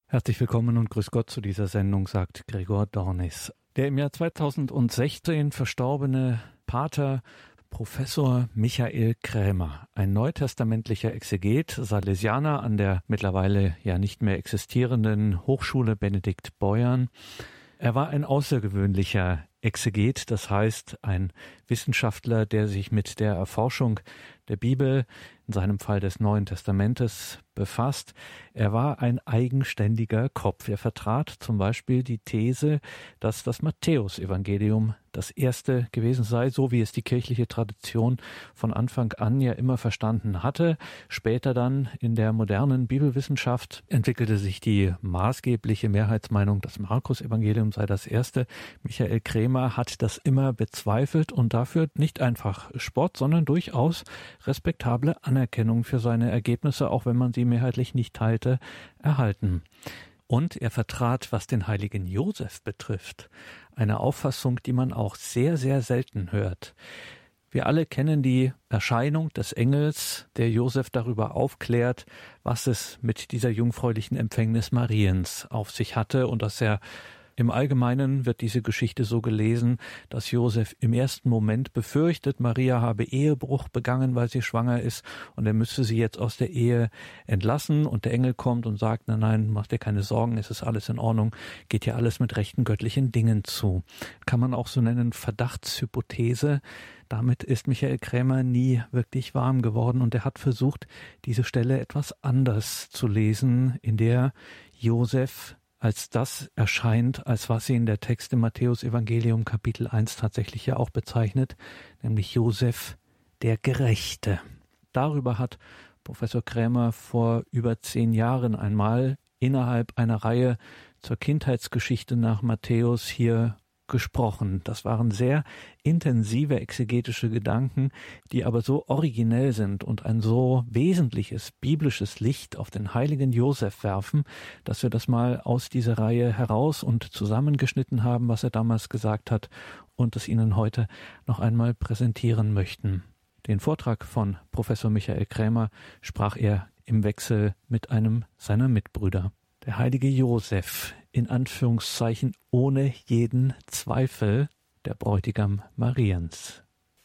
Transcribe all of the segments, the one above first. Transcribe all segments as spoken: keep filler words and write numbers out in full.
Herzlich willkommen und grüß Gott zu dieser Sendung, sagt Gregor Dornis. Der im Jahr zweitausendsechzehn verstorbene Pater Professor Michael Krämer, ein neutestamentlicher Exeget, Salesianer an der mittlerweile ja nicht mehr existierenden Hochschule Benedikt Beuern. Er war ein außergewöhnlicher Exeget, das heißt ein Wissenschaftler, der sich mit der Erforschung der Bibel, in seinem Fall des Neuen Testamentes, befasst. Er war ein eigenständiger Kopf. Er vertrat zum Beispiel die These, dass das Matthäusevangelium das erste gewesen sei, so wie es die kirchliche Tradition von Anfang an ja immer verstanden hatte. Später dann in der modernen Bibelwissenschaft entwickelte sich die maßgebliche Mehrheitsmeinung, das Markus-Evangelium sei das erste. Michael Krämer hat das immer bezweifelt und dafür nicht einfach Spott, sondern durchaus respektable Anerkennung für seine Ergebnisse, auch wenn man sie mehrheitlich nicht teilte, erhalten. Und er vertrat, was den heiligen Josef betrifft, eine Auffassung, die man auch sehr, sehr selten hört. Wir alle kennen die Erscheinung des Engels, der Josef darüber aufklärt, was es mit dieser jungfräulichen Empfängnis Mariens auf sich hatte und dass er im Allgemeinen wird diese Geschichte so gelesen, dass Josef im ersten Moment befürchtet, Maria habe Ehebruch begangen, weil sie schwanger ist und er müsste sie jetzt aus der Ehe entlassen und der Engel kommt und sagt, nein, nein, mach dir keine Sorgen, es ist alles in Ordnung, geht ja alles mit rechten göttlichen Dingen zu. Kann man auch so nennen, Verdachtshypothese. Damit ist Michael Krämer nie wirklich warm geworden und er hat versucht, diese Stelle etwas anders zu lesen, in der Josef als das erscheint, als was ihn der Text im Matthäusevangelium Kapitel eins tatsächlich ja auch bezeichnet, nämlich Josef der Gerechte. Darüber hat Professor Krämer vor über zehn Jahren einmal innerhalb einer Reihe zur Kindheitsgeschichte nach Matthäus hier gesprochen. Das waren sehr intensive exegetische Gedanken, die aber so originell sind und ein so wesentliches biblisches Licht auf den heiligen Josef werfen, dass wir das mal aus dieser Reihe heraus und zusammengeschnitten haben, was er damals gesagt hat und es Ihnen heute noch einmal präsentieren möchten. Den Vortrag von Professor Michael Krämer sprach er im Wechsel mit einem seiner Mitbrüder. Der heilige Josef, in Anführungszeichen ohne jeden Zweifel, der Bräutigam Mariens.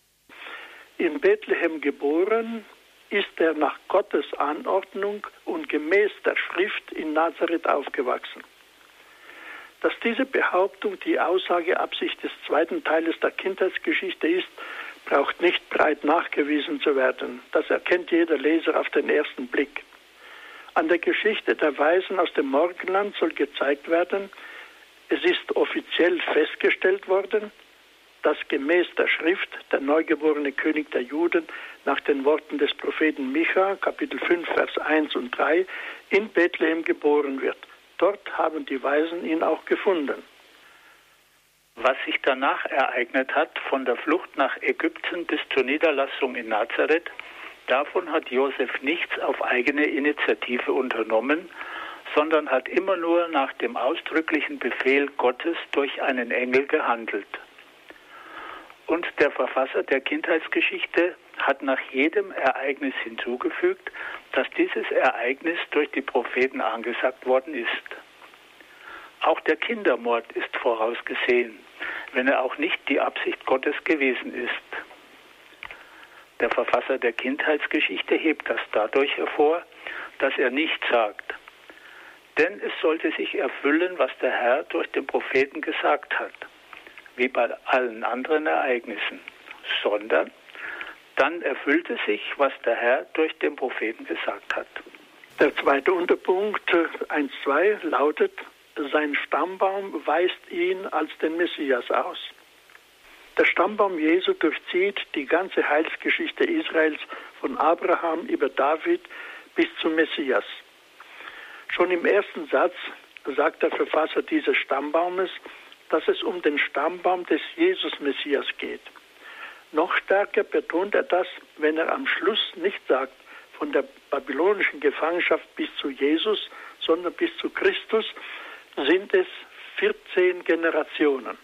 In Bethlehem geboren, ist er nach Gottes Anordnung und gemäß der Schrift in Nazareth aufgewachsen. Dass diese Behauptung die Aussageabsicht des zweiten Teiles der Kindheitsgeschichte ist, braucht nicht breit nachgewiesen zu werden. Das erkennt jeder Leser auf den ersten Blick. An der Geschichte der Weisen aus dem Morgenland soll gezeigt werden, es ist offiziell festgestellt worden, dass gemäß der Schrift der neugeborene König der Juden nach den Worten des Propheten Micha, Kapitel fünf, Vers eins und drei, in Bethlehem geboren wird. Dort haben die Weisen ihn auch gefunden. Was sich danach ereignet hat, von der Flucht nach Ägypten bis zur Niederlassung in Nazareth, davon hat Josef nichts auf eigene Initiative unternommen, sondern hat immer nur nach dem ausdrücklichen Befehl Gottes durch einen Engel gehandelt. Und der Verfasser der Kindheitsgeschichte hat nach jedem Ereignis hinzugefügt, dass dieses Ereignis durch die Propheten angesagt worden ist. Auch der Kindermord ist vorausgesehen, wenn er auch nicht die Absicht Gottes gewesen ist. Der Verfasser der Kindheitsgeschichte hebt das dadurch hervor, dass er nicht sagt, denn es sollte sich erfüllen, was der Herr durch den Propheten gesagt hat, wie bei allen anderen Ereignissen, sondern dann erfüllte sich, was der Herr durch den Propheten gesagt hat. Der zweite Unterpunkt eins Punkt zwei lautet, sein Stammbaum weist ihn als den Messias aus. Der Stammbaum Jesu durchzieht die ganze Heilsgeschichte Israels von Abraham über David bis zum Messias. Schon im ersten Satz sagt der Verfasser dieses Stammbaumes, dass es um den Stammbaum des Jesus-Messias geht. Noch stärker betont er das, wenn er am Schluss nicht sagt, von der babylonischen Gefangenschaft bis zu Jesus, sondern bis zu Christus sind es vierzehn Generationen.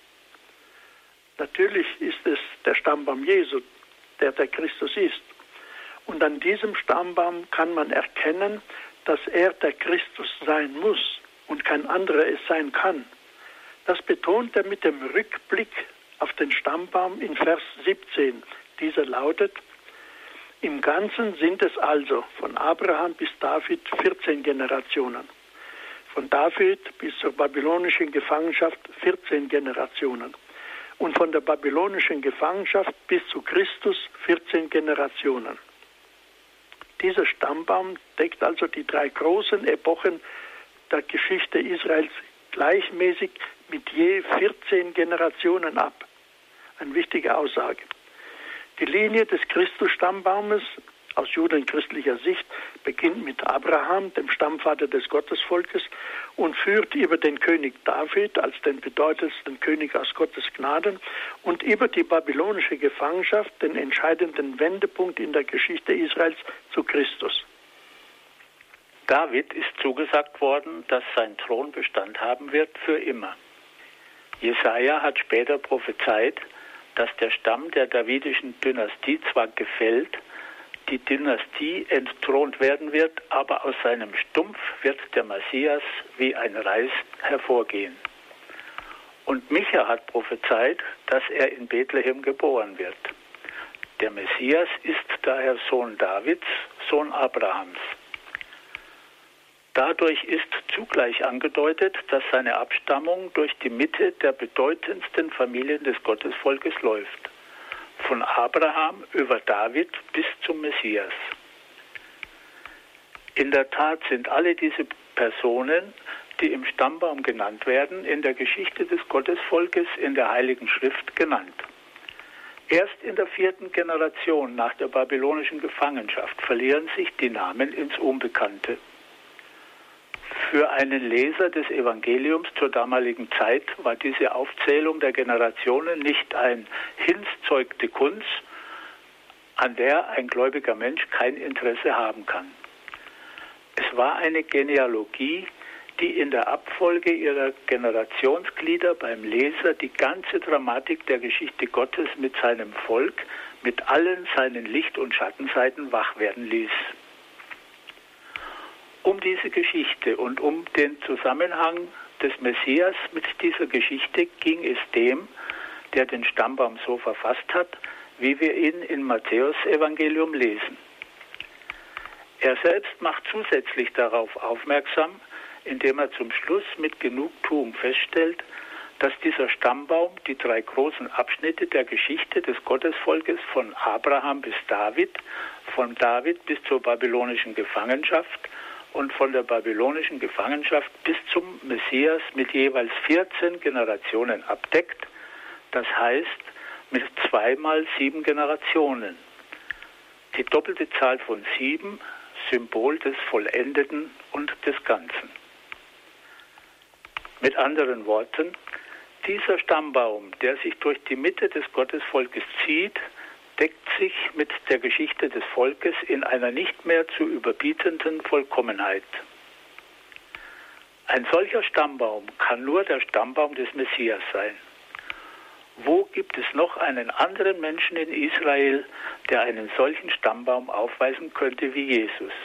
Natürlich ist es der Stammbaum Jesu, der der Christus ist. Und an diesem Stammbaum kann man erkennen, dass er der Christus sein muss und kein anderer es sein kann, das betont er mit dem Rückblick auf den Stammbaum in Vers siebzehn. Dieser lautet: Im Ganzen sind es also von Abraham bis David vierzehn Generationen, von David bis zur babylonischen Gefangenschaft vierzehn Generationen und von der babylonischen Gefangenschaft bis zu Christus vierzehn Generationen. Dieser Stammbaum deckt also die drei großen Epochen der Geschichte Israels gleichmäßig mit je vierzehn Generationen ab. Eine wichtige Aussage. Die Linie des Christus-Stammbaumes aus judenchristlicher Sicht beginnt mit Abraham, dem Stammvater des Gottesvolkes, und führt über den König David als den bedeutendsten König aus Gottes Gnaden und über die babylonische Gefangenschaft, den entscheidenden Wendepunkt in der Geschichte Israels, zu Christus. David ist zugesagt worden, dass sein Thron Bestand haben wird für immer. Jesaja hat später prophezeit, dass der Stamm der davidischen Dynastie zwar gefällt, die Dynastie entthront werden wird, aber aus seinem Stumpf wird der Messias wie ein Reis hervorgehen. Und Micha hat prophezeit, dass er in Bethlehem geboren wird. Der Messias ist daher Sohn Davids, Sohn Abrahams. Dadurch ist zugleich angedeutet, dass seine Abstammung durch die Mitte der bedeutendsten Familien des Gottesvolkes läuft. Von Abraham über David bis zum Messias. In der Tat sind alle diese Personen, die im Stammbaum genannt werden, in der Geschichte des Gottesvolkes in der Heiligen Schrift genannt. Erst in der vierten Generation nach der babylonischen Gefangenschaft verlieren sich die Namen ins Unbekannte. Für einen Leser des Evangeliums zur damaligen Zeit war diese Aufzählung der Generationen nicht ein hinzeugte Kunst, an der ein gläubiger Mensch kein Interesse haben kann. Es war eine Genealogie, die in der Abfolge ihrer Generationsglieder beim Leser die ganze Dramatik der Geschichte Gottes mit seinem Volk, mit allen seinen Licht- und Schattenseiten wach werden ließ. Um diese Geschichte und um den Zusammenhang des Messias mit dieser Geschichte ging es dem, der den Stammbaum so verfasst hat, wie wir ihn im Matthäus-Evangelium lesen. Er selbst macht zusätzlich darauf aufmerksam, indem er zum Schluss mit Genugtuung feststellt, dass dieser Stammbaum die drei großen Abschnitte der Geschichte des Gottesvolkes von Abraham bis David, von David bis zur babylonischen Gefangenschaft und von der babylonischen Gefangenschaft bis zum Messias mit jeweils vierzehn Generationen abdeckt, das heißt mit zweimal sieben Generationen. Die doppelte Zahl von sieben, Symbol des Vollendeten und des Ganzen. Mit anderen Worten, dieser Stammbaum, der sich durch die Mitte des Gottesvolkes zieht, deckt sich mit der Geschichte des Volkes in einer nicht mehr zu überbietenden Vollkommenheit. Ein solcher Stammbaum kann nur der Stammbaum des Messias sein. Wo gibt es noch einen anderen Menschen in Israel, der einen solchen Stammbaum aufweisen könnte wie Jesus?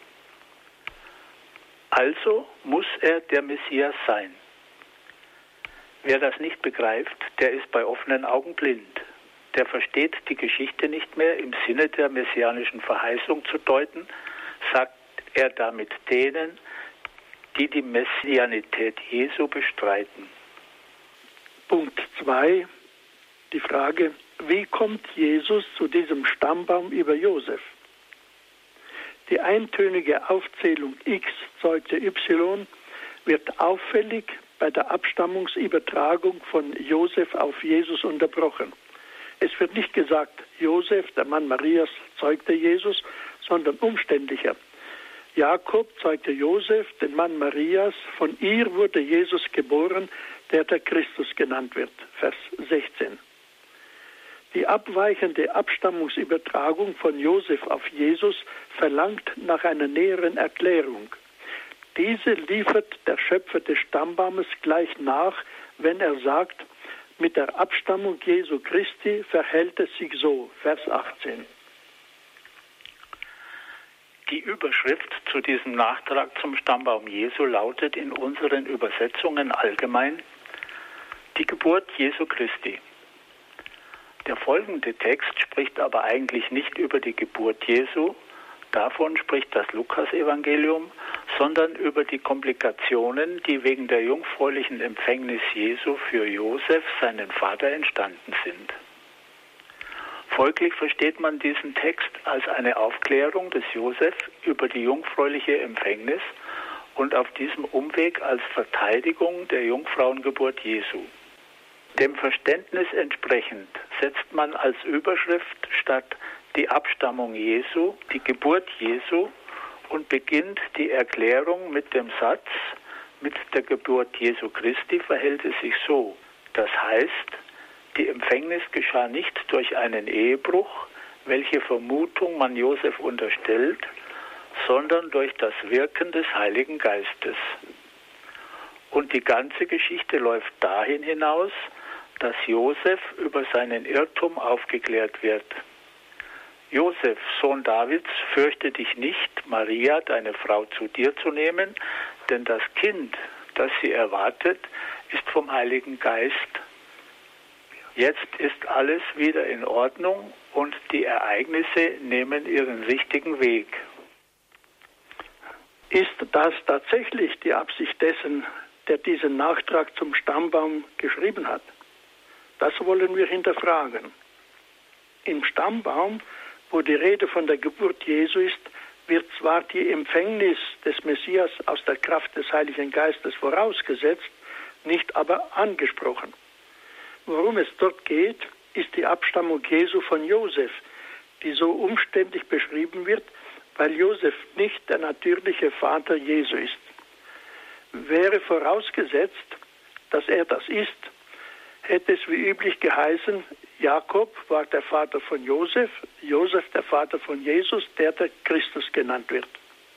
Also muss er der Messias sein. Wer das nicht begreift, der ist bei offenen Augen blind. Der versteht die Geschichte nicht mehr im Sinne der messianischen Verheißung zu deuten, sagt er damit denen, die die Messianität Jesu bestreiten. Punkt zwei, die Frage, wie kommt Jesus zu diesem Stammbaum über Josef? Die eintönige Aufzählung X zeugte Y wird auffällig bei der Abstammungsübertragung von Josef auf Jesus unterbrochen. Es wird nicht gesagt, Josef, der Mann Marias, zeugte Jesus, sondern umständlicher. Jakob zeugte Josef, den Mann Marias, von ihr wurde Jesus geboren, der der Christus genannt wird. Vers sechzehn. Die abweichende Abstammungsübertragung von Josef auf Jesus verlangt nach einer näheren Erklärung. Diese liefert der Schöpfer des Stammbaumes gleich nach, wenn er sagt, mit der Abstammung Jesu Christi verhält es sich so, Vers achtzehn. Die Überschrift zu diesem Nachtrag zum Stammbaum Jesu lautet in unseren Übersetzungen allgemein: Die Geburt Jesu Christi. Der folgende Text spricht aber eigentlich nicht über die Geburt Jesu, davon spricht das Lukas-Evangelium, sondern über die Komplikationen, die wegen der jungfräulichen Empfängnis Jesu für Josef, seinen Vater, entstanden sind. Folglich versteht man diesen Text als eine Aufklärung des Josef über die jungfräuliche Empfängnis und auf diesem Umweg als Verteidigung der Jungfrauengeburt Jesu. Dem Verständnis entsprechend setzt man als Überschrift statt die Abstammung Jesu, die Geburt Jesu und beginnt die Erklärung mit dem Satz: Mit der Geburt Jesu Christi verhält es sich so. Das heißt, die Empfängnis geschah nicht durch einen Ehebruch, welche Vermutung man Josef unterstellt, sondern durch das Wirken des Heiligen Geistes. Und die ganze Geschichte läuft dahin hinaus, dass Josef über seinen Irrtum aufgeklärt wird. Josef, Sohn Davids, fürchte dich nicht, Maria, deine Frau, zu dir zu nehmen, denn das Kind, das sie erwartet, ist vom Heiligen Geist. Jetzt ist alles wieder in Ordnung und die Ereignisse nehmen ihren richtigen Weg. Ist das tatsächlich die Absicht dessen, der diesen Nachtrag zum Stammbaum geschrieben hat? Das wollen wir hinterfragen. Im Stammbaum, wo die Rede von der Geburt Jesu ist, wird zwar die Empfängnis des Messias aus der Kraft des Heiligen Geistes vorausgesetzt, nicht aber angesprochen. Worum es dort geht, ist die Abstammung Jesu von Josef, die so umständlich beschrieben wird, weil Josef nicht der natürliche Vater Jesu ist. Wäre vorausgesetzt, dass er das ist, hätte es wie üblich geheißen, Jakob war der Vater von Josef, Josef der Vater von Jesus, der der Christus genannt wird.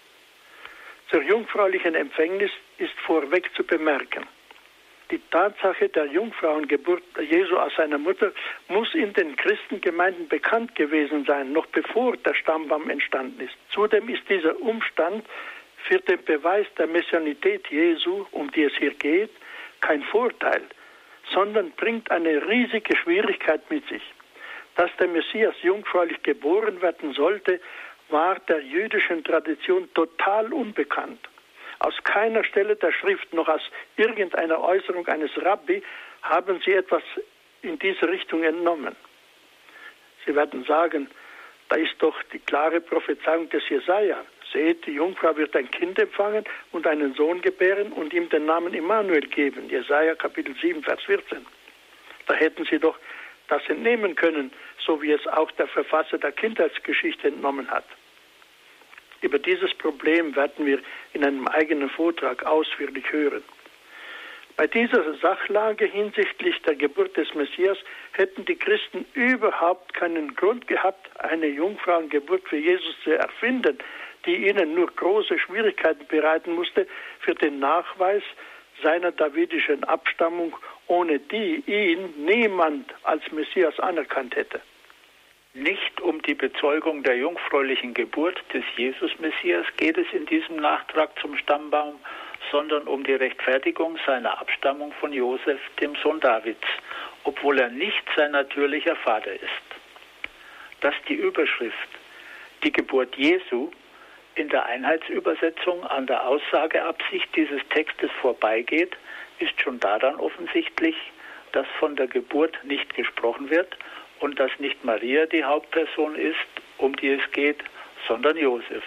Zur jungfräulichen Empfängnis ist vorweg zu bemerken: Die Tatsache der Jungfrauengeburt Jesu aus seiner Mutter muss in den Christengemeinden bekannt gewesen sein, noch bevor der Stammbaum entstanden ist. Zudem ist dieser Umstand für den Beweis der Messianität Jesu, um die es hier geht, kein Vorteil, sondern bringt eine riesige Schwierigkeit mit sich. Dass der Messias jungfräulich geboren werden sollte, war der jüdischen Tradition total unbekannt. Aus keiner Stelle der Schrift, noch aus irgendeiner Äußerung eines Rabbi, haben sie etwas in diese Richtung entnommen. Sie werden sagen, da ist doch die klare Prophezeiung des Jesaja. Seht, die Jungfrau wird ein Kind empfangen und einen Sohn gebären und ihm den Namen Immanuel geben. Jesaja Kapitel sieben, Vers vierzehn. Da hätten sie doch das entnehmen können, so wie es auch der Verfasser der Kindheitsgeschichte entnommen hat. Über dieses Problem werden wir in einem eigenen Vortrag ausführlich hören. Bei dieser Sachlage hinsichtlich der Geburt des Messias hätten die Christen überhaupt keinen Grund gehabt, eine Jungfrauengeburt für Jesus zu erfinden, die ihnen nur große Schwierigkeiten bereiten musste für den Nachweis seiner davidischen Abstammung, ohne die ihn niemand als Messias anerkannt hätte. Nicht um die Bezeugung der jungfräulichen Geburt des Jesus-Messias geht es in diesem Nachtrag zum Stammbaum, sondern um die Rechtfertigung seiner Abstammung von Josef, dem Sohn Davids, obwohl er nicht sein natürlicher Vater ist. Dass die Überschrift Die Geburt Jesu in der Einheitsübersetzung an der Aussageabsicht dieses Textes vorbeigeht, ist schon daran offensichtlich, dass von der Geburt nicht gesprochen wird und dass nicht Maria die Hauptperson ist, um die es geht, sondern Josef.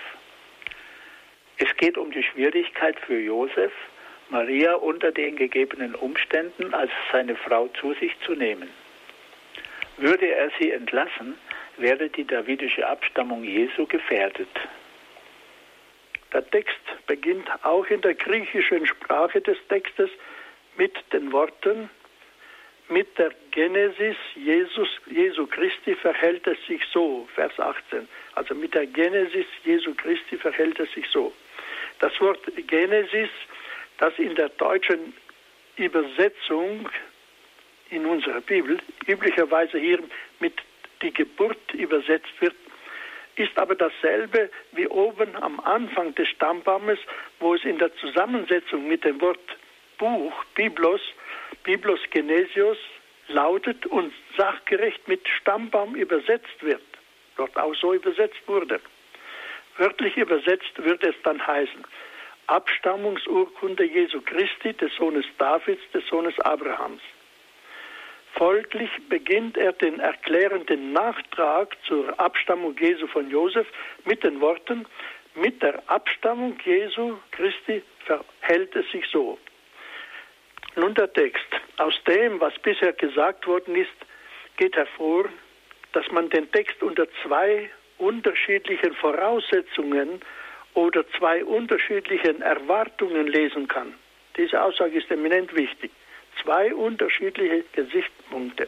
Es geht um die Schwierigkeit für Josef, Maria unter den gegebenen Umständen als seine Frau zu sich zu nehmen. Würde er sie entlassen, wäre die davidische Abstammung Jesu gefährdet. Der Text beginnt auch in der griechischen Sprache des Textes mit den Worten: Mit der Genesis Jesus, Jesu Christi verhält es sich so, Vers achtzehn. Also mit der Genesis Jesu Christi verhält es sich so. Das Wort Genesis, das in der deutschen Übersetzung in unserer Bibel üblicherweise hier mit die Geburt übersetzt wird, ist aber dasselbe wie oben am Anfang des Stammbaumes, wo es in der Zusammensetzung mit dem Wort Buch, Biblos, Biblos Genesios lautet und sachgerecht mit Stammbaum übersetzt wird, dort auch so übersetzt wurde. Wörtlich übersetzt würde es dann heißen, Abstammungsurkunde Jesu Christi, des Sohnes Davids, des Sohnes Abrahams. Folglich beginnt er den erklärenden Nachtrag zur Abstammung Jesu von Josef mit den Worten, mit der Abstammung Jesu Christi verhält es sich so. Nun der Text. Aus dem, was bisher gesagt worden ist, geht hervor, dass man den Text unter zwei unterschiedlichen Voraussetzungen oder zwei unterschiedlichen Erwartungen lesen kann. Diese Aussage ist eminent wichtig. Zwei unterschiedliche Gesichtspunkte.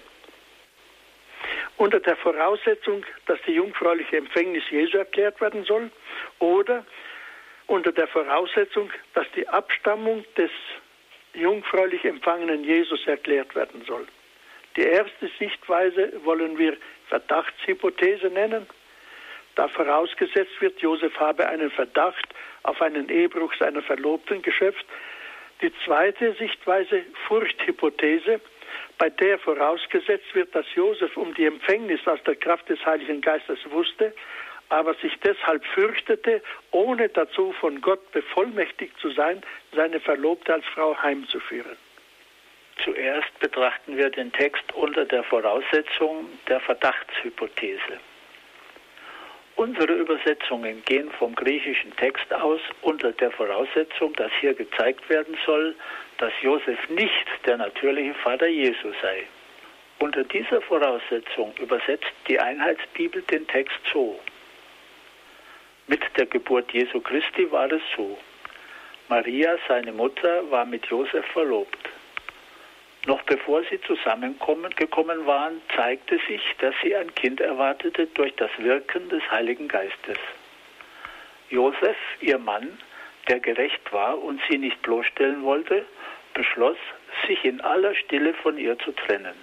Unter der Voraussetzung, dass die jungfräuliche Empfängnis Jesu erklärt werden soll, oder unter der Voraussetzung, dass die Abstammung des jungfräulich empfangenen Jesus erklärt werden soll. Die erste Sichtweise wollen wir Verdachtshypothese nennen, da vorausgesetzt wird, Josef habe einen Verdacht auf einen Ehebruch seiner Verlobten geschöpft. Die zweite Sichtweise, Furchthypothese, bei der vorausgesetzt wird, dass Josef um die Empfängnis aus der Kraft des Heiligen Geistes wusste, aber sich deshalb fürchtete, ohne dazu von Gott bevollmächtigt zu sein, seine Verlobte als Frau heimzuführen. Zuerst betrachten wir den Text unter der Voraussetzung der Verdachtshypothese. Unsere Übersetzungen gehen vom griechischen Text aus unter der Voraussetzung, dass hier gezeigt werden soll, dass Josef nicht der natürliche Vater Jesu sei. Unter dieser Voraussetzung übersetzt die Einheitsbibel den Text so. Mit der Geburt Jesu Christi war es so. Maria, seine Mutter, war mit Josef verlobt. Noch bevor sie zusammengekommen waren, zeigte sich, dass sie ein Kind erwartete durch das Wirken des Heiligen Geistes. Josef, ihr Mann, der gerecht war und sie nicht bloßstellen wollte, beschloss, sich in aller Stille von ihr zu trennen.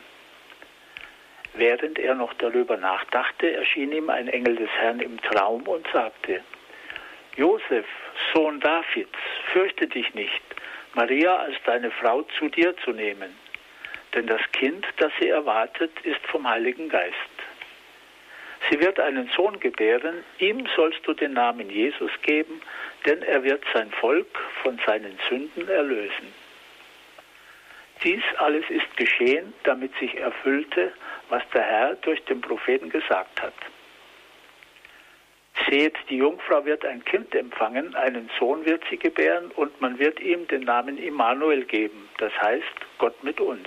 Während er noch darüber nachdachte, erschien ihm ein Engel des Herrn im Traum und sagte, Josef, Sohn Davids, fürchte dich nicht, Maria als deine Frau zu dir zu nehmen. Denn das Kind, das sie erwartet, ist vom Heiligen Geist. Sie wird einen Sohn gebären, ihm sollst du den Namen Jesus geben, denn er wird sein Volk von seinen Sünden erlösen. Dies alles ist geschehen, damit sich erfüllte, was der Herr durch den Propheten gesagt hat. Seht, die Jungfrau wird ein Kind empfangen, einen Sohn wird sie gebären und man wird ihm den Namen Immanuel geben, das heißt Gott mit uns.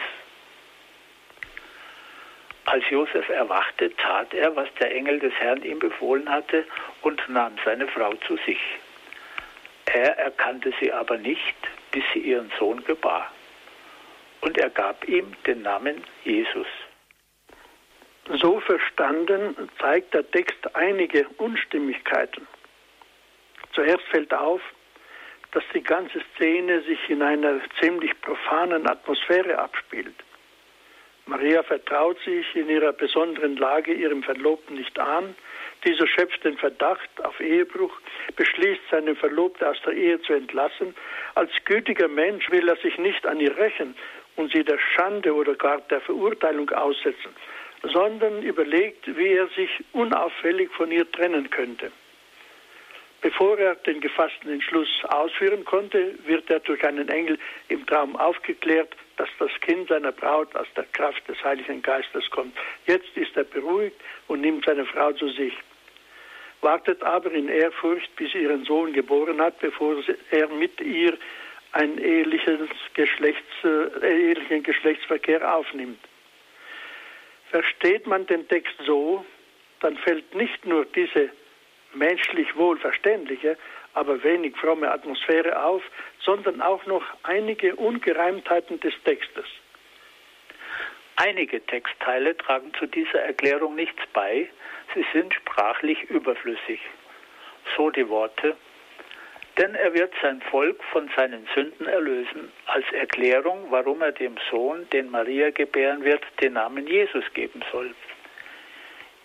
Als Josef erwachte, tat er, was der Engel des Herrn ihm befohlen hatte und nahm seine Frau zu sich. Er erkannte sie aber nicht, bis sie ihren Sohn gebar. Und er gab ihm den Namen Jesus. So verstanden zeigt der Text einige Unstimmigkeiten. Zuerst fällt auf, dass die ganze Szene sich in einer ziemlich profanen Atmosphäre abspielt. Maria vertraut sich in ihrer besonderen Lage ihrem Verlobten nicht an. Dieser schöpft den Verdacht auf Ehebruch, beschließt, seine Verlobte aus der Ehe zu entlassen. Als gütiger Mensch will er sich nicht an ihr rächen und sie der Schande oder gar der Verurteilung aussetzen, sondern überlegt, wie er sich unauffällig von ihr trennen könnte. Bevor er den gefassten Entschluss ausführen konnte, wird er durch einen Engel im Traum aufgeklärt, dass das Kind seiner Braut aus der Kraft des Heiligen Geistes kommt. Jetzt ist er beruhigt und nimmt seine Frau zu sich. Wartet aber in Ehrfurcht, bis sie ihren Sohn geboren hat, bevor er mit ihr einen ehelichen, Geschlechts, äh, ehelichen Geschlechtsverkehr aufnimmt. Versteht man den Text so, dann fällt nicht nur diese menschlich wohlverständliche, aber wenig fromme Atmosphäre auf, sondern auch noch einige Ungereimtheiten des Textes. Einige Textteile tragen zu dieser Erklärung nichts bei, sie sind sprachlich überflüssig. So die Worte, denn er wird sein Volk von seinen Sünden erlösen, als Erklärung, warum er dem Sohn, den Maria gebären wird, den Namen Jesus geben soll.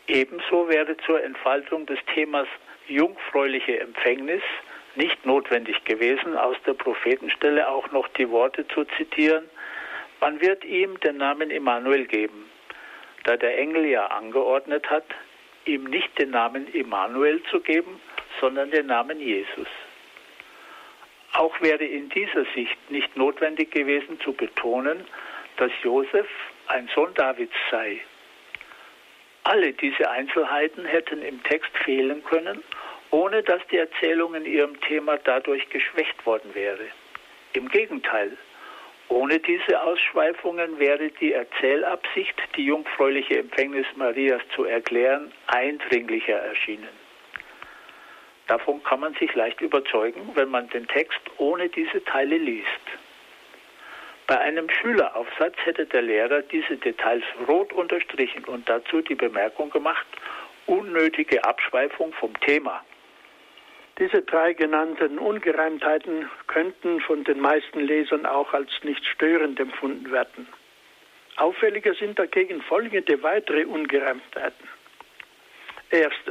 Ebenso wäre zur Entfaltung des Themas jungfräuliche Empfängnis nicht notwendig gewesen, aus der Prophetenstelle auch noch die Worte zu zitieren: Man wird ihm den Namen Immanuel geben, da der Engel ja angeordnet hat, ihm nicht den Namen Immanuel zu geben, sondern den Namen Jesus. Auch wäre in dieser Sicht nicht notwendig gewesen zu betonen, dass Josef ein Sohn Davids sei. Alle diese Einzelheiten hätten im Text fehlen können, ohne dass die Erzählung in ihrem Thema dadurch geschwächt worden wäre. Im Gegenteil, ohne diese Ausschweifungen wäre die Erzählabsicht, die jungfräuliche Empfängnis Marias zu erklären, eindringlicher erschienen. Davon kann man sich leicht überzeugen, wenn man den Text ohne diese Teile liest. Bei einem Schüleraufsatz hätte der Lehrer diese Details rot unterstrichen und dazu die Bemerkung gemacht: unnötige Abschweifung vom Thema. Diese drei genannten Ungereimtheiten könnten von den meisten Lesern auch als nicht störend empfunden werden. Auffälliger sind dagegen folgende weitere Ungereimtheiten. Erstes: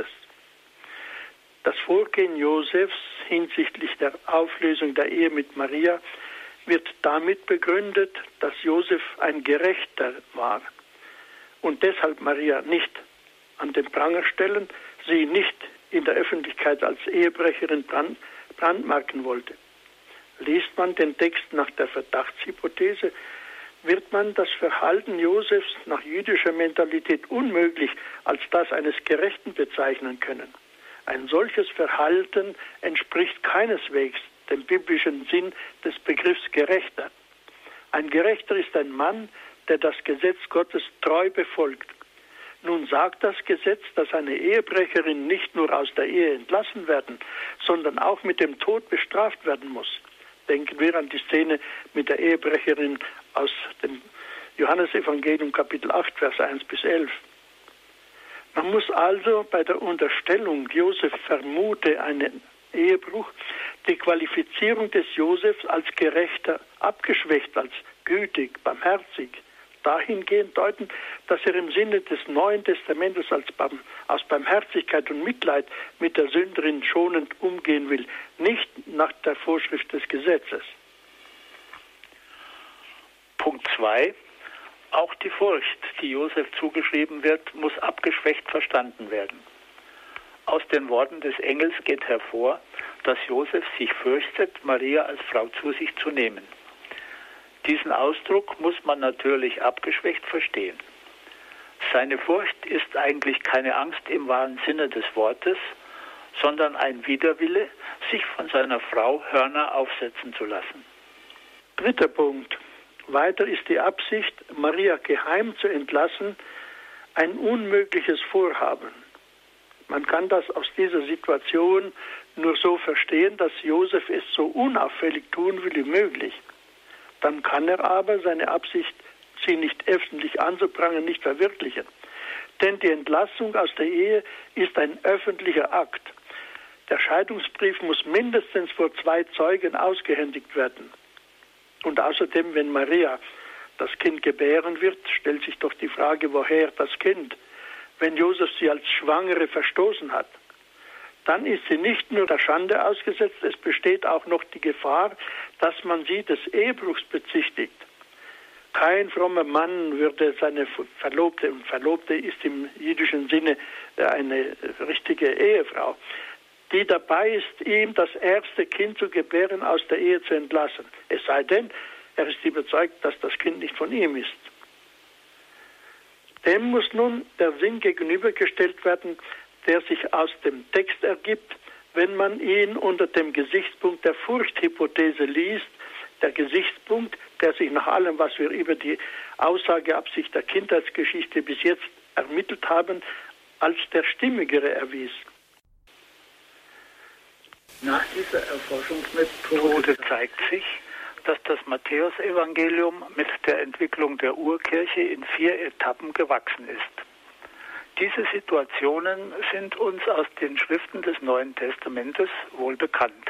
Das Vorgehen Josefs hinsichtlich der Auflösung der Ehe mit Maria wird damit begründet, dass Josef ein Gerechter war und deshalb Maria nicht an den Pranger stellen, sie nicht in der Öffentlichkeit als Ehebrecherin brand, brandmarken wollte. Liest man den Text nach der Verdachtshypothese, wird man das Verhalten Josefs nach jüdischer Mentalität unmöglich als das eines Gerechten bezeichnen können. Ein solches Verhalten entspricht keineswegs dem biblischen Sinn des Begriffs Gerechter. Ein Gerechter ist ein Mann, der das Gesetz Gottes treu befolgt. Nun sagt das Gesetz, dass eine Ehebrecherin nicht nur aus der Ehe entlassen werden, sondern auch mit dem Tod bestraft werden muss. Denken wir an die Szene mit der Ehebrecherin aus dem Johannesevangelium Kapitel acht, Vers eins bis elf. Man muss also bei der Unterstellung, Josef vermute einen Ehebruch, die Qualifizierung des Josefs als Gerechter abgeschwächt, als gütig, barmherzig, dahingehend deuten, dass er im Sinne des Neuen Testamentes als Barm, aus Barmherzigkeit und Mitleid mit der Sünderin schonend umgehen will, nicht nach der Vorschrift des Gesetzes. Punkt zwei. Auch die Furcht, die Josef zugeschrieben wird, muss abgeschwächt verstanden werden. Aus den Worten des Engels geht hervor, dass Josef sich fürchtet, Maria als Frau zu sich zu nehmen. Diesen Ausdruck muss man natürlich abgeschwächt verstehen. Seine Furcht ist eigentlich keine Angst im wahren Sinne des Wortes, sondern ein Widerwille, sich von seiner Frau Hörner aufsetzen zu lassen. Dritter Punkt. Weiter ist die Absicht, Maria geheim zu entlassen, ein unmögliches Vorhaben. Man kann das aus dieser Situation nur so verstehen, dass Josef es so unauffällig tun will wie möglich. Dann kann er aber seine Absicht, sie nicht öffentlich anzuprangern, nicht verwirklichen. Denn die Entlassung aus der Ehe ist ein öffentlicher Akt. Der Scheidungsbrief muss mindestens vor zwei Zeugen ausgehändigt werden. Und außerdem, wenn Maria das Kind gebären wird, stellt sich doch die Frage, woher das Kind, wenn Josef sie als Schwangere verstoßen hat. Dann ist sie nicht nur der Schande ausgesetzt, es besteht auch noch die Gefahr, dass man sie des Ehebruchs bezichtigt. Kein frommer Mann würde seine Verlobte, und Verlobte ist im jüdischen Sinne eine richtige Ehefrau, die dabei ist, ihm das erste Kind zu gebären, aus der Ehe zu entlassen. Es sei denn, er ist überzeugt, dass das Kind nicht von ihm ist. Dem muss nun der Sinn gegenübergestellt werden, der sich aus dem Text ergibt, wenn man ihn unter dem Gesichtspunkt der Furchthypothese liest, der Gesichtspunkt, der sich nach allem, was wir über die Aussageabsicht der Kindheitsgeschichte bis jetzt ermittelt haben, als der stimmigere erwies. Nach dieser Erforschungsmethode zeigt sich, dass das Matthäusevangelium mit der Entwicklung der Urkirche in vier Etappen gewachsen ist. Diese Situationen sind uns aus den Schriften des Neuen Testamentes wohl bekannt.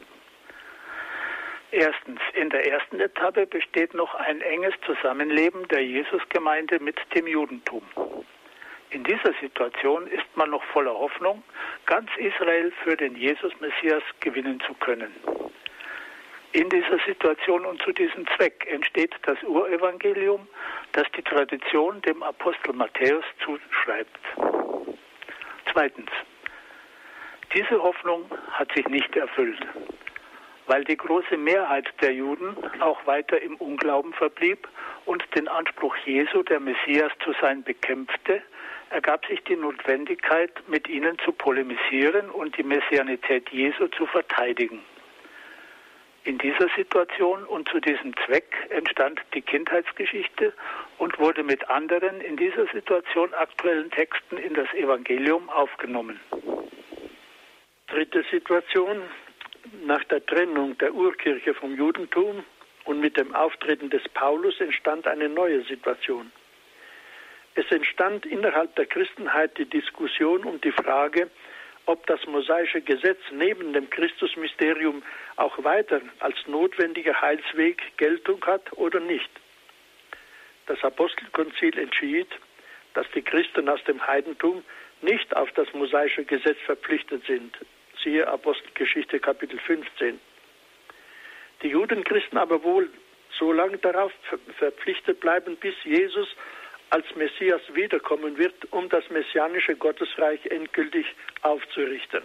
Erstens, in der ersten Etappe besteht noch ein enges Zusammenleben der Jesusgemeinde mit dem Judentum. In dieser Situation ist man noch voller Hoffnung, ganz Israel für den Jesus-Messias gewinnen zu können. In dieser Situation und zu diesem Zweck entsteht das Urevangelium, das die Tradition dem Apostel Matthäus zuschreibt. Zweitens. Diese Hoffnung hat sich nicht erfüllt, weil die große Mehrheit der Juden auch weiter im Unglauben verblieb und den Anspruch Jesu, der Messias zu sein, bekämpfte, ergab sich die Notwendigkeit, mit ihnen zu polemisieren und die Messianität Jesu zu verteidigen. In dieser Situation und zu diesem Zweck entstand die Kindheitsgeschichte und wurde mit anderen in dieser Situation aktuellen Texten in das Evangelium aufgenommen. Dritte Situation. Nach der Trennung der Urkirche vom Judentum und mit dem Auftreten des Paulus entstand eine neue Situation. Es entstand innerhalb der Christenheit die Diskussion um die Frage, ob das mosaische Gesetz neben dem Christusmysterium auch weiter als notwendiger Heilsweg Geltung hat oder nicht. Das Apostelkonzil entschied, dass die Christen aus dem Heidentum nicht auf das mosaische Gesetz verpflichtet sind. Siehe Apostelgeschichte Kapitel fünfzehn. Die Judenchristen aber wohl so lange darauf verpflichtet bleiben, bis Jesus als Messias wiederkommen wird, um das messianische Gottesreich endgültig aufzurichten.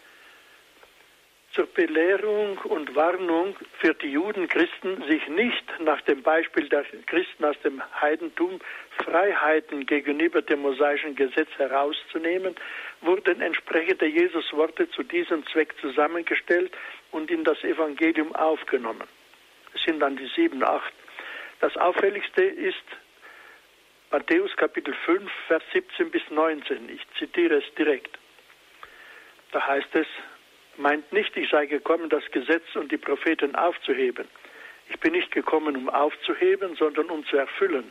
Zur Belehrung und Warnung für die Judenchristen, sich nicht nach dem Beispiel der Christen aus dem Heidentum Freiheiten gegenüber dem mosaischen Gesetz herauszunehmen, wurden entsprechende Jesusworte zu diesem Zweck zusammengestellt und in das Evangelium aufgenommen. Es sind dann die sieben, acht. Das Auffälligste ist Matthäus Kapitel fünf, Vers siebzehn bis neunzehn. Ich zitiere es direkt. Da heißt es, meint nicht, ich sei gekommen, das Gesetz und die Propheten aufzuheben. Ich bin nicht gekommen, um aufzuheben, sondern um zu erfüllen.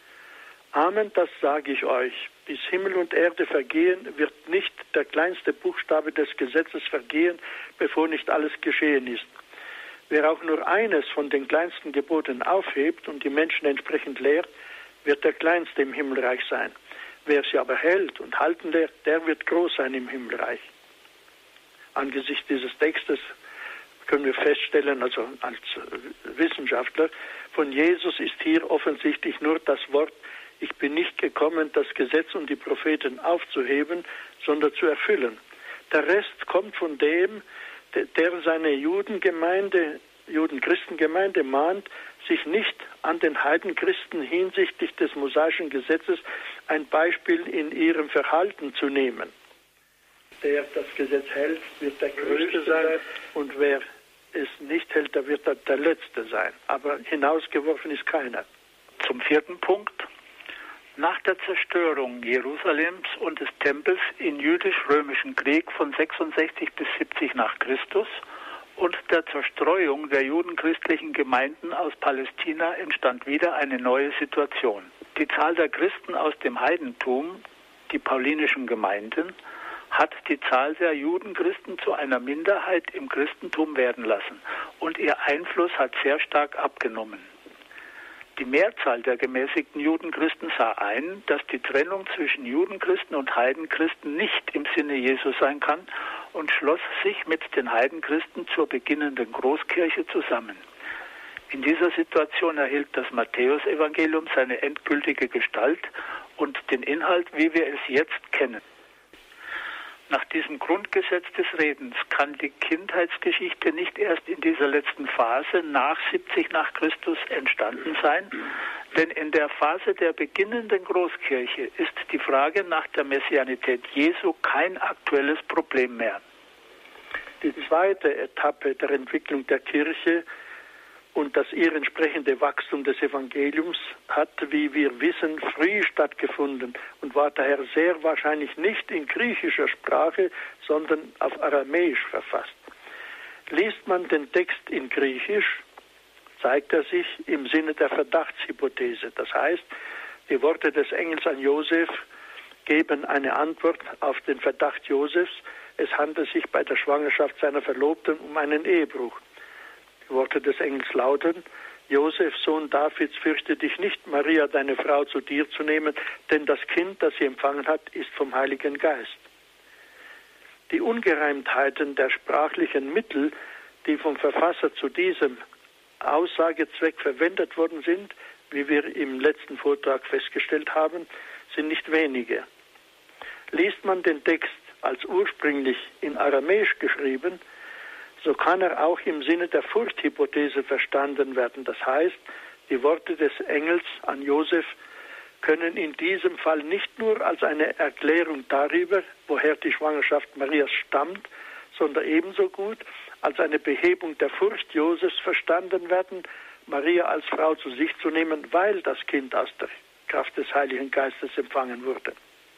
Amen, das sage ich euch. Bis Himmel und Erde vergehen, wird nicht der kleinste Buchstabe des Gesetzes vergehen, bevor nicht alles geschehen ist. Wer auch nur eines von den kleinsten Geboten aufhebt und die Menschen entsprechend lehrt, wird der Kleinste im Himmelreich sein. Wer sie aber hält und halten lehrt, der wird groß sein im Himmelreich. Angesichts dieses Textes können wir feststellen, also als Wissenschaftler, von Jesus ist hier offensichtlich nur das Wort, ich bin nicht gekommen, das Gesetz und die Propheten aufzuheben, sondern zu erfüllen. Der Rest kommt von dem, der seine Judengemeinde, Judenchristengemeinde mahnt, sich nicht an den Heidenchristen hinsichtlich des mosaischen Gesetzes ein Beispiel in ihrem Verhalten zu nehmen. Der das Gesetz hält, wird der Größte sein, und wer es nicht hält, der wird der Letzte sein. Aber hinausgeworfen ist keiner. Zum vierten Punkt. Nach der Zerstörung Jerusalems und des Tempels im jüdisch-römischen Krieg von sechsundsechzig bis siebzig nach Christus und der Zerstreuung der judenchristlichen Gemeinden aus Palästina entstand wieder eine neue Situation. Die Zahl der Christen aus dem Heidentum, die paulinischen Gemeinden, hat die Zahl der Judenchristen zu einer Minderheit im Christentum werden lassen und ihr Einfluss hat sehr stark abgenommen. Die Mehrzahl der gemäßigten Judenchristen sah ein, dass die Trennung zwischen Judenchristen und Heidenchristen nicht im Sinne Jesu sein kann und schloss sich mit den Heidenchristen zur beginnenden Großkirche zusammen. In dieser Situation erhielt das Matthäusevangelium seine endgültige Gestalt und den Inhalt, wie wir es jetzt kennen. Nach diesem Grundgesetz des Redens kann die Kindheitsgeschichte nicht erst in dieser letzten Phase nach siebzig nach Christus entstanden sein, denn in der Phase der beginnenden Großkirche ist die Frage nach der Messianität Jesu kein aktuelles Problem mehr. Die zweite Etappe der Entwicklung der Kirche und das ihr entsprechende Wachstum des Evangeliums hat, wie wir wissen, früh stattgefunden und war daher sehr wahrscheinlich nicht in griechischer Sprache, sondern auf Aramäisch verfasst. Liest man den Text in Griechisch, zeigt er sich im Sinne der Verdachtshypothese. Das heißt, die Worte des Engels an Josef geben eine Antwort auf den Verdacht Josefs. Es handelt sich bei der Schwangerschaft seiner Verlobten um einen Ehebruch. Die Worte des Engels lauten, Josef, Sohn Davids, fürchte dich nicht, Maria, deine Frau, zu dir zu nehmen, denn das Kind, das sie empfangen hat, ist vom Heiligen Geist. Die Ungereimtheiten der sprachlichen Mittel, die vom Verfasser zu diesem Aussagezweck verwendet worden sind, wie wir im letzten Vortrag festgestellt haben, sind nicht wenige. Liest man den Text als ursprünglich in Aramäisch geschrieben, so kann er auch im Sinne der Furchthypothese verstanden werden. Das heißt, die Worte des Engels an Josef können in diesem Fall nicht nur als eine Erklärung darüber, woher die Schwangerschaft Marias stammt, sondern ebenso gut als eine Behebung der Furcht Josefs verstanden werden, Maria als Frau zu sich zu nehmen, weil das Kind aus der Kraft des Heiligen Geistes empfangen wurde.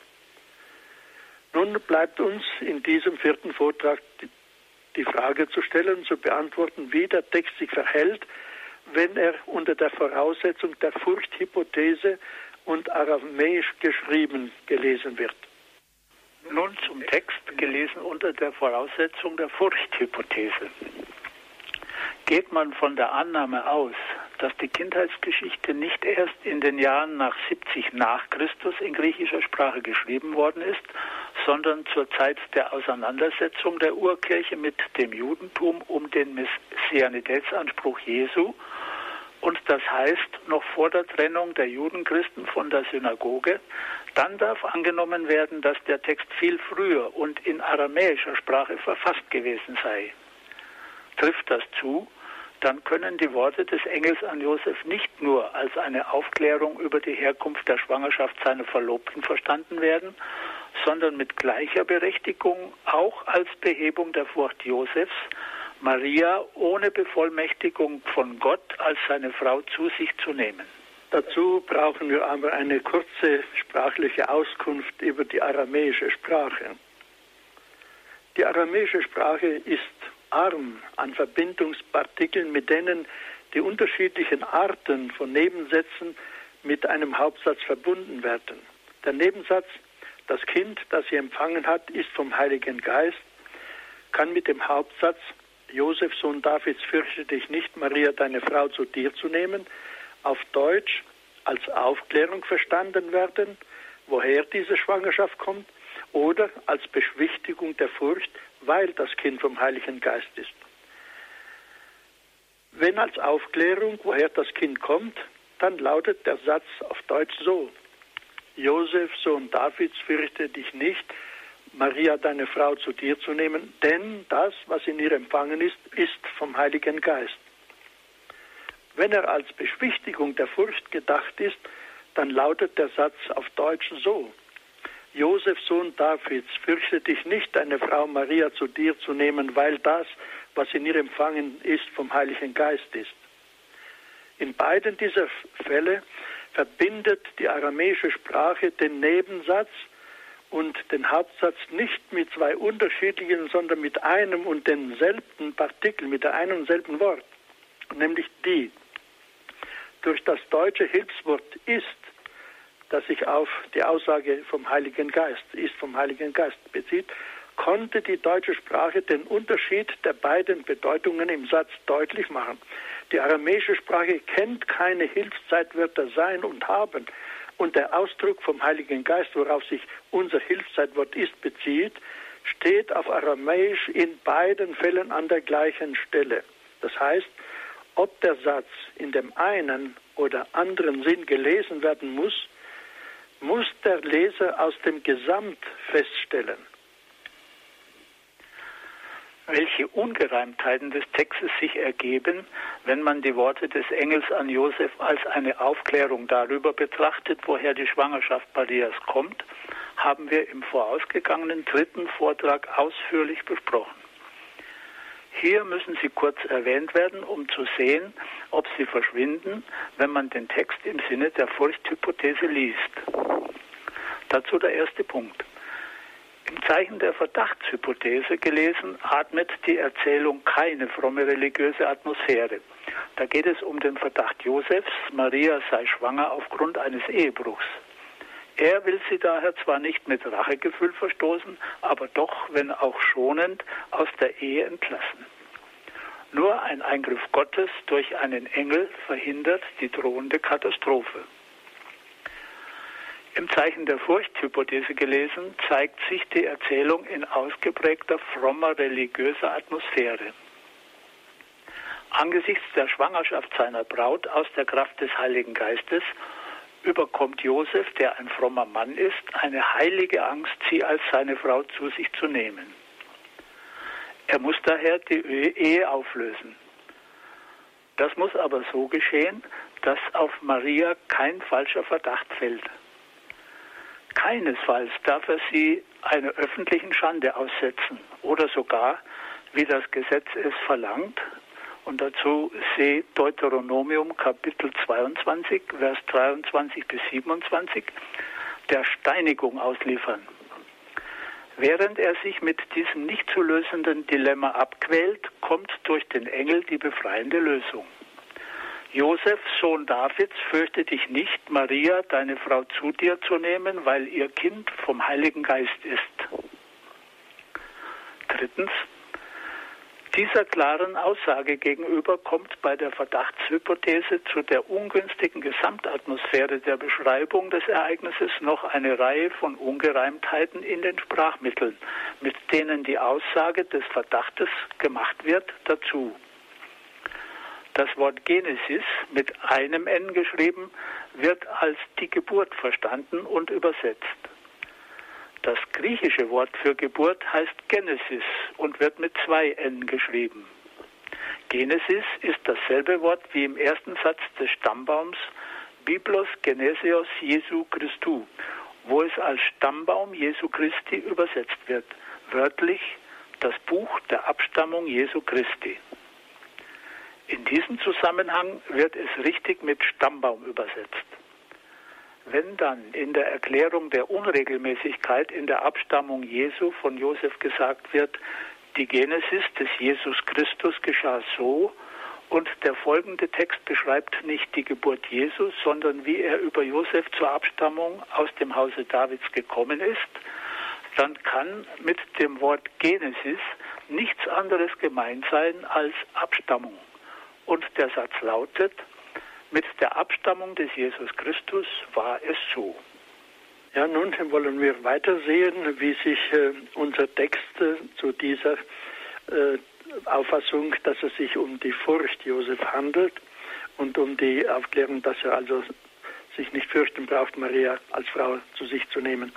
Nun bleibt uns in diesem vierten Vortrag die, die Frage zu stellen, zu beantworten, wie der Text sich verhält, wenn er unter der Voraussetzung der Furchthypothese und aramäisch geschrieben gelesen wird. Nun zum Text, gelesen unter der Voraussetzung der Furchthypothese. Geht man von der Annahme aus, dass die Kindheitsgeschichte nicht erst in den Jahren nach siebzig nach Christus in griechischer Sprache geschrieben worden ist, sondern zur Zeit der Auseinandersetzung der Urkirche mit dem Judentum um den Messianitätsanspruch Jesu, und das heißt noch vor der Trennung der Judenchristen von der Synagoge, dann darf angenommen werden, dass der Text viel früher und in aramäischer Sprache verfasst gewesen sei. Trifft das zu, dann können die Worte des Engels an Josef nicht nur als eine Aufklärung über die Herkunft der Schwangerschaft seiner Verlobten verstanden werden, sondern mit gleicher Berechtigung auch als Behebung der Furcht Josefs, Maria ohne Bevollmächtigung von Gott als seine Frau zu sich zu nehmen. Dazu brauchen wir aber eine kurze sprachliche Auskunft über die aramäische Sprache. Die aramäische Sprache ist arm an Verbindungspartikeln, mit denen die unterschiedlichen Arten von Nebensätzen mit einem Hauptsatz verbunden werden. Der Nebensatz, das Kind, das sie empfangen hat, ist vom Heiligen Geist, kann mit dem Hauptsatz, Josef, Sohn Davids, fürchte dich nicht, Maria, deine Frau, zu dir zu nehmen, auf Deutsch als Aufklärung verstanden werden, woher diese Schwangerschaft kommt, oder als Beschwichtigung der Furcht, weil das Kind vom Heiligen Geist ist. Wenn als Aufklärung, woher das Kind kommt, dann lautet der Satz auf Deutsch so: Josef, Sohn Davids, fürchte dich nicht, Maria, deine Frau, zu dir zu nehmen, denn das, was in ihr empfangen ist, ist vom Heiligen Geist. Wenn er als Beschwichtigung der Furcht gedacht ist, dann lautet der Satz auf Deutsch so: Josef, Sohn Davids, fürchte dich nicht, deine Frau Maria zu dir zu nehmen, weil das, was in ihr empfangen ist, vom Heiligen Geist ist. In beiden dieser Fälle verbindet die aramäische Sprache den Nebensatz und den Hauptsatz nicht mit zwei unterschiedlichen, sondern mit einem und denselben Partikel, mit einem und selben Wort, nämlich die. Durch das deutsche Hilfswort ist, das sich auf die Aussage vom Heiligen Geist, ist vom Heiligen Geist bezieht, konnte die deutsche Sprache den Unterschied der beiden Bedeutungen im Satz deutlich machen. Die aramäische Sprache kennt keine Hilfszeitwörter sein und haben, und der Ausdruck vom Heiligen Geist, worauf sich unser Hilfszeitwort ist, bezieht, steht auf Aramäisch in beiden Fällen an der gleichen Stelle. Das heißt, ob der Satz in dem einen oder anderen Sinn gelesen werden muss, muss der Leser aus dem Gesamt feststellen. Welche Ungereimtheiten des Textes sich ergeben, wenn man die Worte des Engels an Josef als eine Aufklärung darüber betrachtet, woher die Schwangerschaft Marias kommt, haben wir im vorausgegangenen dritten Vortrag ausführlich besprochen. Hier müssen sie kurz erwähnt werden, um zu sehen, ob sie verschwinden, wenn man den Text im Sinne der Furchthypothese liest. Dazu der erste Punkt. Im Zeichen der Verdachtshypothese gelesen, atmet die Erzählung keine fromme religiöse Atmosphäre. Da geht es um den Verdacht Josefs, Maria sei schwanger aufgrund eines Ehebruchs. Er will sie daher zwar nicht mit Rachegefühl verstoßen, aber doch, wenn auch schonend, aus der Ehe entlassen. Nur ein Eingriff Gottes durch einen Engel verhindert die drohende Katastrophe. Im Zeichen der Furchthypothese gelesen, zeigt sich die Erzählung in ausgeprägter frommer religiöser Atmosphäre. Angesichts der Schwangerschaft seiner Braut aus der Kraft des Heiligen Geistes überkommt Josef, der ein frommer Mann ist, eine heilige Angst, sie als seine Frau zu sich zu nehmen. Er muss daher die Ehe auflösen. Das muss aber so geschehen, dass auf Maria kein falscher Verdacht fällt. Keinesfalls darf er sie einer öffentlichen Schande aussetzen oder sogar, wie das Gesetz es verlangt, und dazu sehe Deuteronomium Kapitel zweiundzwanzig, Vers dreiundzwanzig bis siebenundzwanzig, der Steinigung ausliefern. Während er sich mit diesem nicht zu lösenden Dilemma abquält, kommt durch den Engel die befreiende Lösung. Josef, Sohn Davids, fürchte dich nicht, Maria, deine Frau, zu dir zu nehmen, weil ihr Kind vom Heiligen Geist ist. Drittens, dieser klaren Aussage gegenüber kommt bei der Verdachtshypothese zu der ungünstigen Gesamtatmosphäre der Beschreibung des Ereignisses noch eine Reihe von Ungereimtheiten in den Sprachmitteln, mit denen die Aussage des Verdachtes gemacht wird, dazu. Das Wort Genesis, mit einem N geschrieben, wird als die Geburt verstanden und übersetzt. Das griechische Wort für Geburt heißt Genesis und wird mit zwei N geschrieben. Genesis ist dasselbe Wort wie im ersten Satz des Stammbaums Biblos Genesios Jesu Christu, wo es als Stammbaum Jesu Christi übersetzt wird, wörtlich das Buch der Abstammung Jesu Christi. In diesem Zusammenhang wird es richtig mit Stammbaum übersetzt. Wenn dann in der Erklärung der Unregelmäßigkeit in der Abstammung Jesu von Josef gesagt wird, die Genesis des Jesus Christus geschah so, und der folgende Text beschreibt nicht die Geburt Jesus, sondern wie er über Josef zur Abstammung aus dem Hause Davids gekommen ist, dann kann mit dem Wort Genesis nichts anderes gemeint sein als Abstammung. Und der Satz lautet, mit der Abstammung des Jesus Christus war es so. Ja, nun wollen wir weitersehen, wie sich äh, unser Text äh, zu dieser äh, Auffassung, dass es sich um die Furcht Josef handelt und um die Aufklärung, dass er also sich nicht fürchten braucht, Maria als Frau zu sich zu nehmen.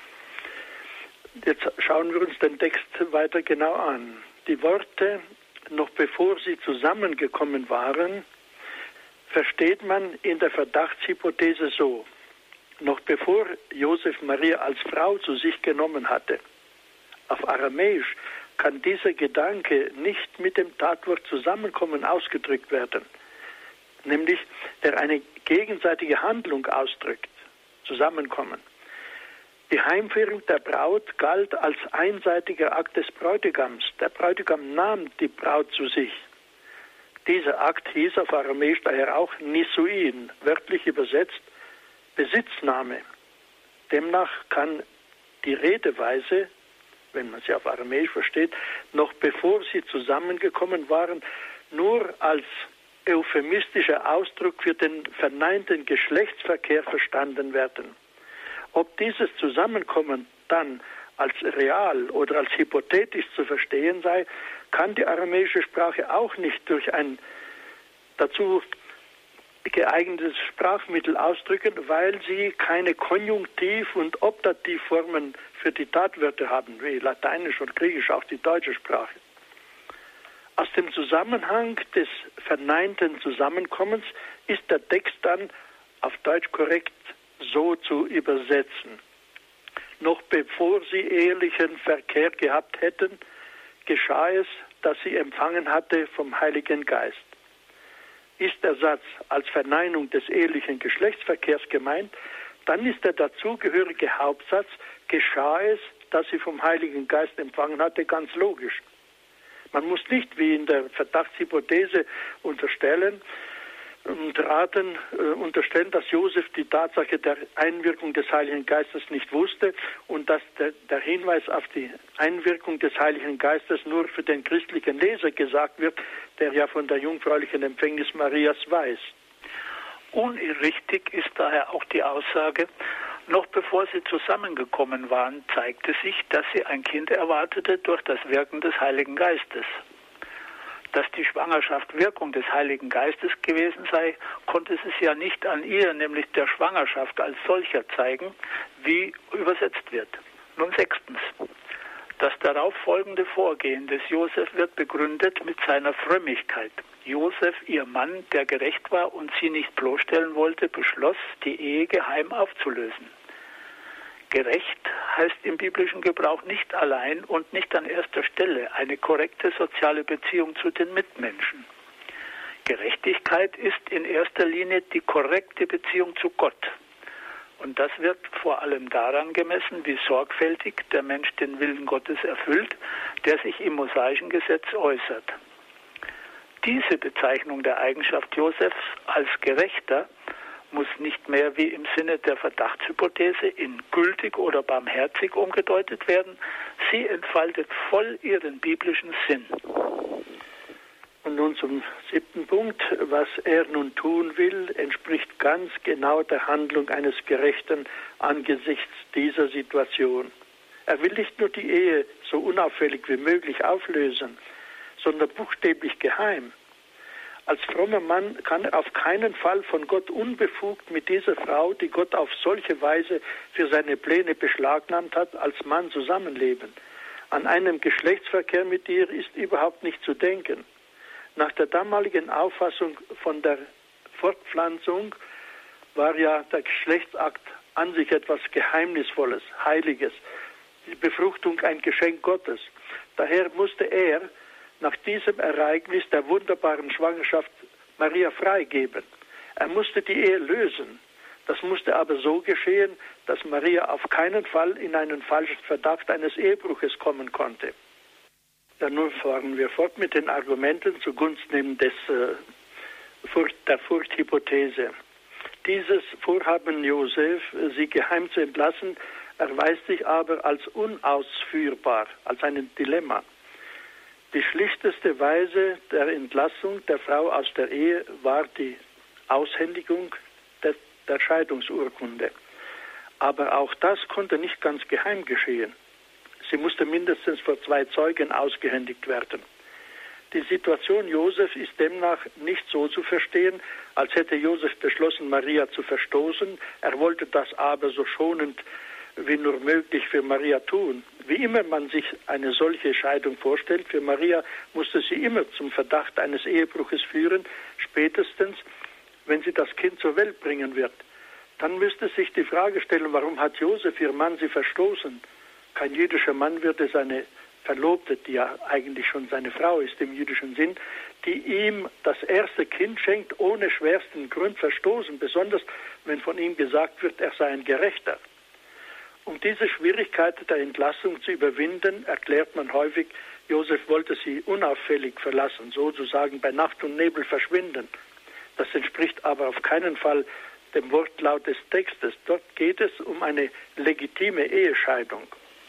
Jetzt schauen wir uns den Text weiter genau an. Die Worte, noch bevor sie zusammengekommen waren, versteht man in der Verdachtshypothese so: Noch bevor Josef Maria als Frau zu sich genommen hatte. Auf Aramäisch kann dieser Gedanke nicht mit dem Tatwort Zusammenkommen ausgedrückt werden, nämlich der eine gegenseitige Handlung ausdrückt, Zusammenkommen. Die Heimführung der Braut galt als einseitiger Akt des Bräutigams. Der Bräutigam nahm die Braut zu sich. Dieser Akt hieß auf Aramäisch daher auch Nisuin, wörtlich übersetzt Besitznahme. Demnach kann die Redeweise, wenn man sie auf Aramäisch versteht, noch bevor sie zusammengekommen waren, nur als euphemistischer Ausdruck für den verneinten Geschlechtsverkehr verstanden werden. Ob dieses Zusammenkommen dann als real oder als hypothetisch zu verstehen sei, kann die aramäische Sprache auch nicht durch ein dazu geeignetes Sprachmittel ausdrücken, weil sie keine Konjunktiv- und Optativformen für die Tatwörter haben, wie Lateinisch und Griechisch, auch die deutsche Sprache. Aus dem Zusammenhang des verneinten Zusammenkommens ist der Text dann auf Deutsch korrekt so zu übersetzen. Noch bevor sie ehelichen Verkehr gehabt hätten, geschah es, dass sie empfangen hatte vom Heiligen Geist. Ist der Satz als Verneinung des ehelichen Geschlechtsverkehrs gemeint, dann ist der dazugehörige Hauptsatz, geschah es, dass sie vom Heiligen Geist empfangen hatte, ganz logisch. Man muss nicht, wie in der Verdachtshypothese unterstellen, und raten, äh, unterstellen, dass Josef die Tatsache der Einwirkung des Heiligen Geistes nicht wusste und dass der, der Hinweis auf die Einwirkung des Heiligen Geistes nur für den christlichen Leser gesagt wird, der ja von der jungfräulichen Empfängnis Marias weiß. Unrichtig ist daher auch die Aussage, noch bevor sie zusammengekommen waren, zeigte sich, dass sie ein Kind erwartete durch das Wirken des Heiligen Geistes. Dass die Schwangerschaft Wirkung des Heiligen Geistes gewesen sei, konnte es ja nicht an ihr, nämlich der Schwangerschaft als solcher zeigen, wie übersetzt wird. Nun sechstens. Das darauf folgende Vorgehen des Josef wird begründet mit seiner Frömmigkeit. Josef, ihr Mann, der gerecht war und sie nicht bloßstellen wollte, beschloss, die Ehe geheim aufzulösen. Gerecht heißt im biblischen Gebrauch nicht allein und nicht an erster Stelle eine korrekte soziale Beziehung zu den Mitmenschen. Gerechtigkeit ist in erster Linie die korrekte Beziehung zu Gott. Und das wird vor allem daran gemessen, wie sorgfältig der Mensch den Willen Gottes erfüllt, der sich im mosaischen Gesetz äußert. Diese Bezeichnung der Eigenschaft Josefs als Gerechter muss nicht mehr wie im Sinne der Verdachtshypothese in gültig oder barmherzig umgedeutet werden. Sie entfaltet voll ihren biblischen Sinn. Und nun zum siebten Punkt. Was er nun tun will, entspricht ganz genau der Handlung eines Gerechten angesichts dieser Situation. Er will nicht nur die Ehe so unauffällig wie möglich auflösen, sondern buchstäblich geheim. Als frommer Mann kann er auf keinen Fall von Gott unbefugt mit dieser Frau, die Gott auf solche Weise für seine Pläne beschlagnahmt hat, als Mann zusammenleben. An einem Geschlechtsverkehr mit ihr ist überhaupt nicht zu denken. Nach der damaligen Auffassung von der Fortpflanzung war ja der Geschlechtsakt an sich etwas Geheimnisvolles, Heiliges, die Befruchtung ein Geschenk Gottes. Daher musste er nach diesem Ereignis der wunderbaren Schwangerschaft Maria freigeben. Er musste die Ehe lösen. Das musste aber so geschehen, dass Maria auf keinen Fall in einen falschen Verdacht eines Ehebruches kommen konnte. Ja, nun fahren wir fort mit den Argumenten zugunsten des, äh, Furcht, der Furchthypothese. Dieses Vorhaben Josef, sie geheim zu entlassen, erweist sich aber als unausführbar, als ein Dilemma. Die schlichteste Weise der Entlassung der Frau aus der Ehe war die Aushändigung der, der Scheidungsurkunde. Aber auch das konnte nicht ganz geheim geschehen. Sie musste mindestens vor zwei Zeugen ausgehändigt werden. Die Situation Josef ist demnach nicht so zu verstehen, als hätte Josef beschlossen, Maria zu verstoßen. Er wollte das aber so schonend wie nur möglich für Maria tun. Wie immer man sich eine solche Scheidung vorstellt, für Maria musste sie immer zum Verdacht eines Ehebruches führen, spätestens, wenn sie das Kind zur Welt bringen wird. Dann müsste sich die Frage stellen, warum hat Josef, ihr Mann, sie verstoßen? Kein jüdischer Mann würde seine Verlobte, die ja eigentlich schon seine Frau ist im jüdischen Sinn, die ihm das erste Kind schenkt, ohne schwersten Grund verstoßen, besonders wenn von ihm gesagt wird, er sei ein Gerechter. Um diese Schwierigkeit der Entlassung zu überwinden, erklärt man häufig, Josef wollte sie unauffällig verlassen, sozusagen bei Nacht und Nebel verschwinden. Das entspricht aber auf keinen Fall dem Wortlaut des Textes. Dort geht es um eine legitime Ehescheidung.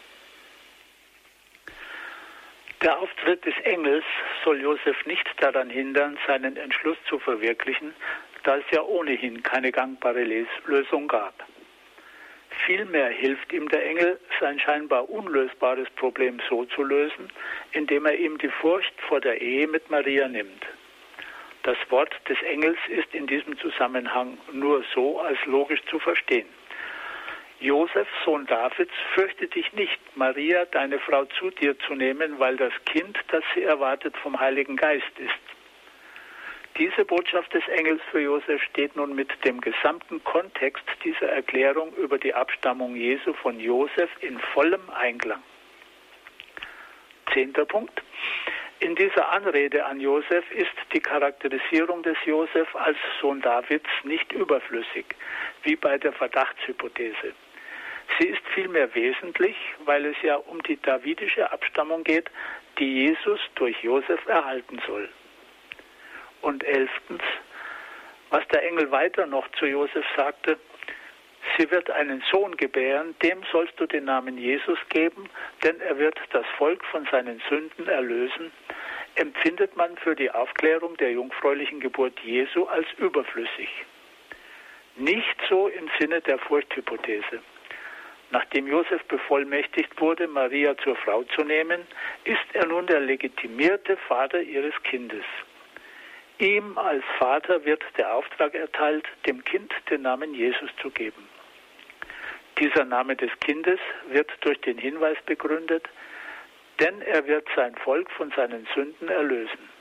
Der Auftritt des Engels soll Josef nicht daran hindern, seinen Entschluss zu verwirklichen, da es ja ohnehin keine gangbare Lösung gab. Vielmehr hilft ihm der Engel, sein scheinbar unlösbares Problem so zu lösen, indem er ihm die Furcht vor der Ehe mit Maria nimmt. Das Wort des Engels ist in diesem Zusammenhang nur so als logisch zu verstehen. Josef, Sohn Davids, fürchte dich nicht, Maria, deine Frau, zu dir zu nehmen, weil das Kind, das sie erwartet, vom Heiligen Geist ist. Diese Botschaft des Engels für Josef steht nun mit dem gesamten Kontext dieser Erklärung über die Abstammung Jesu von Josef in vollem Einklang. Zehnter Punkt. In dieser Anrede an Josef ist die Charakterisierung des Josef als Sohn Davids nicht überflüssig, wie bei der Verdachtshypothese. Sie ist vielmehr wesentlich, weil es ja um die davidische Abstammung geht, die Jesus durch Josef erhalten soll. Und elftens, Was der Engel weiter noch zu Josef sagte: Sie wird einen Sohn gebären, dem sollst du den Namen Jesus geben, denn er wird das Volk von seinen Sünden erlösen, empfindet man für die Aufklärung der jungfräulichen Geburt Jesu als überflüssig. Nicht so im Sinne der Furchthypothese. Nachdem Josef bevollmächtigt wurde, Maria zur Frau zu nehmen, ist er nun der legitimierte Vater ihres Kindes. Ihm als Vater wird der Auftrag erteilt, dem Kind den Namen Jesus zu geben. Dieser Name des Kindes wird durch den Hinweis begründet, denn er wird sein Volk von seinen Sünden erlösen.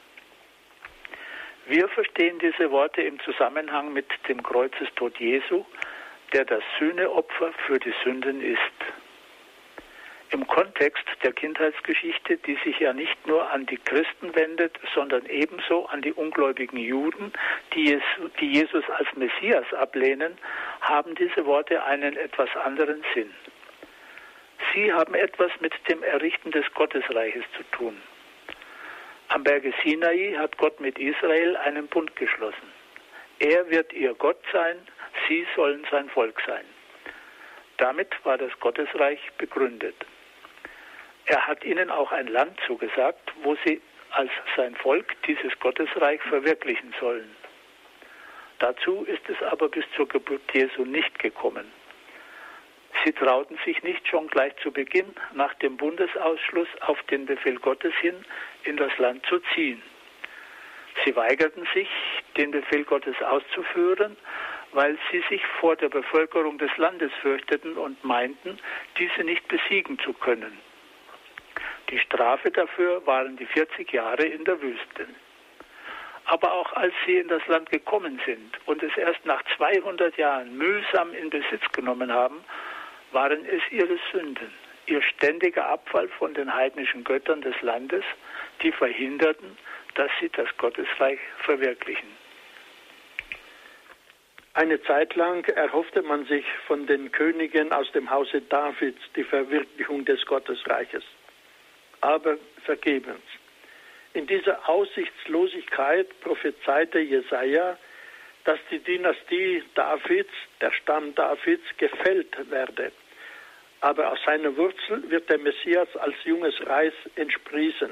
Wir verstehen diese Worte im Zusammenhang mit dem Kreuzestod Jesu, der das Sühneopfer für die Sünden ist. Im Kontext der Kindheitsgeschichte, die sich ja nicht nur an die Christen wendet, sondern ebenso an die ungläubigen Juden, die Jesus als Messias ablehnen, haben diese Worte einen etwas anderen Sinn. Sie haben etwas mit dem Errichten des Gottesreiches zu tun. Am Berge Sinai hat Gott mit Israel einen Bund geschlossen. Er wird ihr Gott sein, sie sollen sein Volk sein. Damit war das Gottesreich begründet. Er hat ihnen auch ein Land zugesagt, wo sie als sein Volk dieses Gottesreich verwirklichen sollen. Dazu ist es aber bis zur Geburt Jesu nicht gekommen. Sie trauten sich nicht schon gleich zu Beginn nach dem Bundesausschluss auf den Befehl Gottes hin in das Land zu ziehen. Sie weigerten sich, den Befehl Gottes auszuführen, weil sie sich vor der Bevölkerung des Landes fürchteten und meinten, diese nicht besiegen zu können. Die Strafe dafür waren die vierzig Jahre in der Wüste. Aber auch als sie in das Land gekommen sind und es erst nach zweihundert Jahren mühsam in Besitz genommen haben, waren es ihre Sünden, ihr ständiger Abfall von den heidnischen Göttern des Landes, die verhinderten, dass sie das Gottesreich verwirklichen. Eine Zeit lang erhoffte man sich von den Königen aus dem Hause Davids die Verwirklichung des Gottesreiches, aber vergebens. In dieser Aussichtslosigkeit prophezeite Jesaja, dass die Dynastie Davids, der Stamm Davids, gefällt werde. Aber aus seiner Wurzel wird der Messias als junges Reis entsprießen.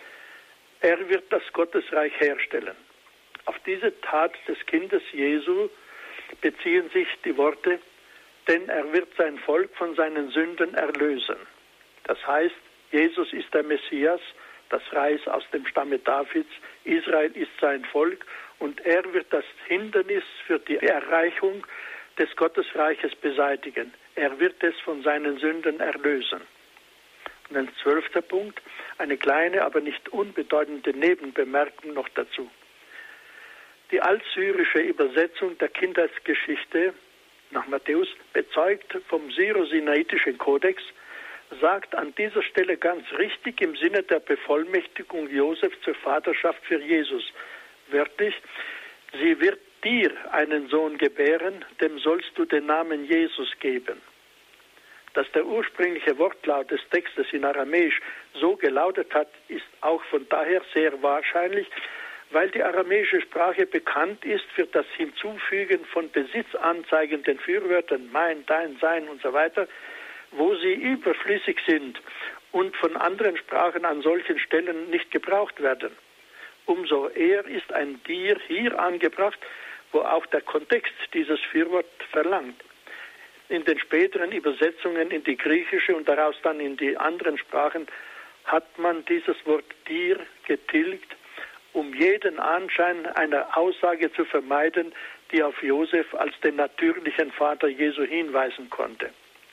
Er wird das Gottesreich herstellen. Auf diese Tat des Kindes Jesu beziehen sich die Worte, denn er wird sein Volk von seinen Sünden erlösen. Das heißt, Jesus ist der Messias, das Reis aus dem Stamme Davids, Israel ist sein Volk und er wird das Hindernis für die Erreichung des Gottesreiches beseitigen. Er wird es von seinen Sünden erlösen. Und ein zwölfter Punkt, eine kleine, aber nicht unbedeutende Nebenbemerkung noch dazu. Die altsyrische Übersetzung der Kindheitsgeschichte nach Matthäus, bezeugt vom Syro-Sinaitischen Kodex, sagt an dieser Stelle ganz richtig im Sinne der Bevollmächtigung Josef zur Vaterschaft für Jesus. Wörtlich, sie wird dir einen Sohn gebären, dem sollst du den Namen Jesus geben. Dass der ursprüngliche Wortlaut des Textes in Aramäisch so gelautet hat, ist auch von daher sehr wahrscheinlich, weil die aramäische Sprache bekannt ist für das Hinzufügen von besitzanzeigenden Fürwörtern, mein, dein, sein und so weiter, wo sie überflüssig sind und von anderen Sprachen an solchen Stellen nicht gebraucht werden. Umso eher ist ein dir hier angebracht, wo auch der Kontext dieses Fürwort verlangt. In den späteren Übersetzungen in die griechische und daraus dann in die anderen Sprachen hat man dieses Wort dir getilgt, um jeden Anschein einer Aussage zu vermeiden, die auf Josef als den natürlichen Vater Jesu hinweisen konnte.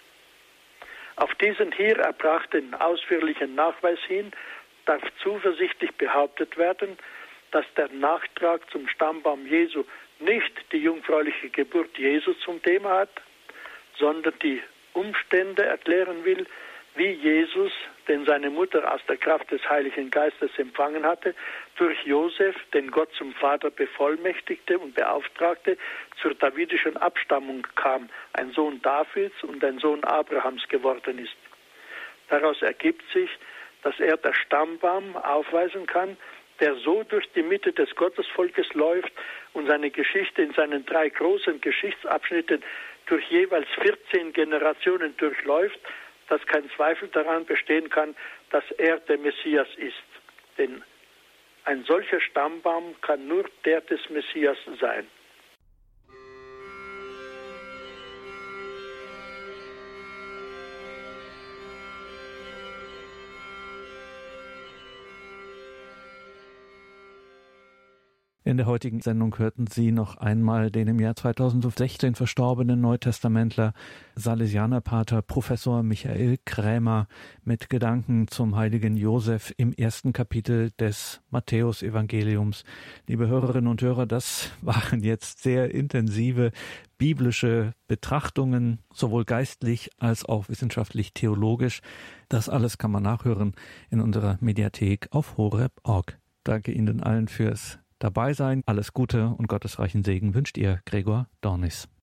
Auf diesen hier erbrachten ausführlichen Nachweis hin darf zuversichtlich behauptet werden, dass der Nachtrag zum Stammbaum Jesu nicht die jungfräuliche Geburt Jesu zum Thema hat, sondern die Umstände erklären will, wie Jesus, den seine Mutter aus der Kraft des Heiligen Geistes empfangen hatte, durch Josef, den Gott zum Vater bevollmächtigte und beauftragte, zur davidischen Abstammung kam, ein Sohn Davids und ein Sohn Abrahams geworden ist. Daraus ergibt sich, dass er der Stammbaum aufweisen kann, der so durch die Mitte des Gottesvolkes läuft und seine Geschichte in seinen drei großen Geschichtsabschnitten durch jeweils vierzehn Generationen durchläuft, dass kein Zweifel daran bestehen kann, dass er der Messias ist. Denn ein solcher Stammbaum kann nur der des Messias sein. In der heutigen Sendung hörten Sie noch einmal den im Jahr zweitausendsechzehn verstorbenen Neutestamentler Salesianerpater Professor Michael Krämer mit Gedanken zum heiligen Josef im ersten Kapitel des Matthäusevangeliums. Liebe Hörerinnen und Hörer, das waren jetzt sehr intensive biblische Betrachtungen, sowohl geistlich als auch wissenschaftlich-theologisch. Das alles kann man nachhören in unserer Mediathek auf horeb punkt org. Danke Ihnen allen fürs dabei sein. Alles Gute und gottesreichen Segen wünscht Ihr Gregor Dornis.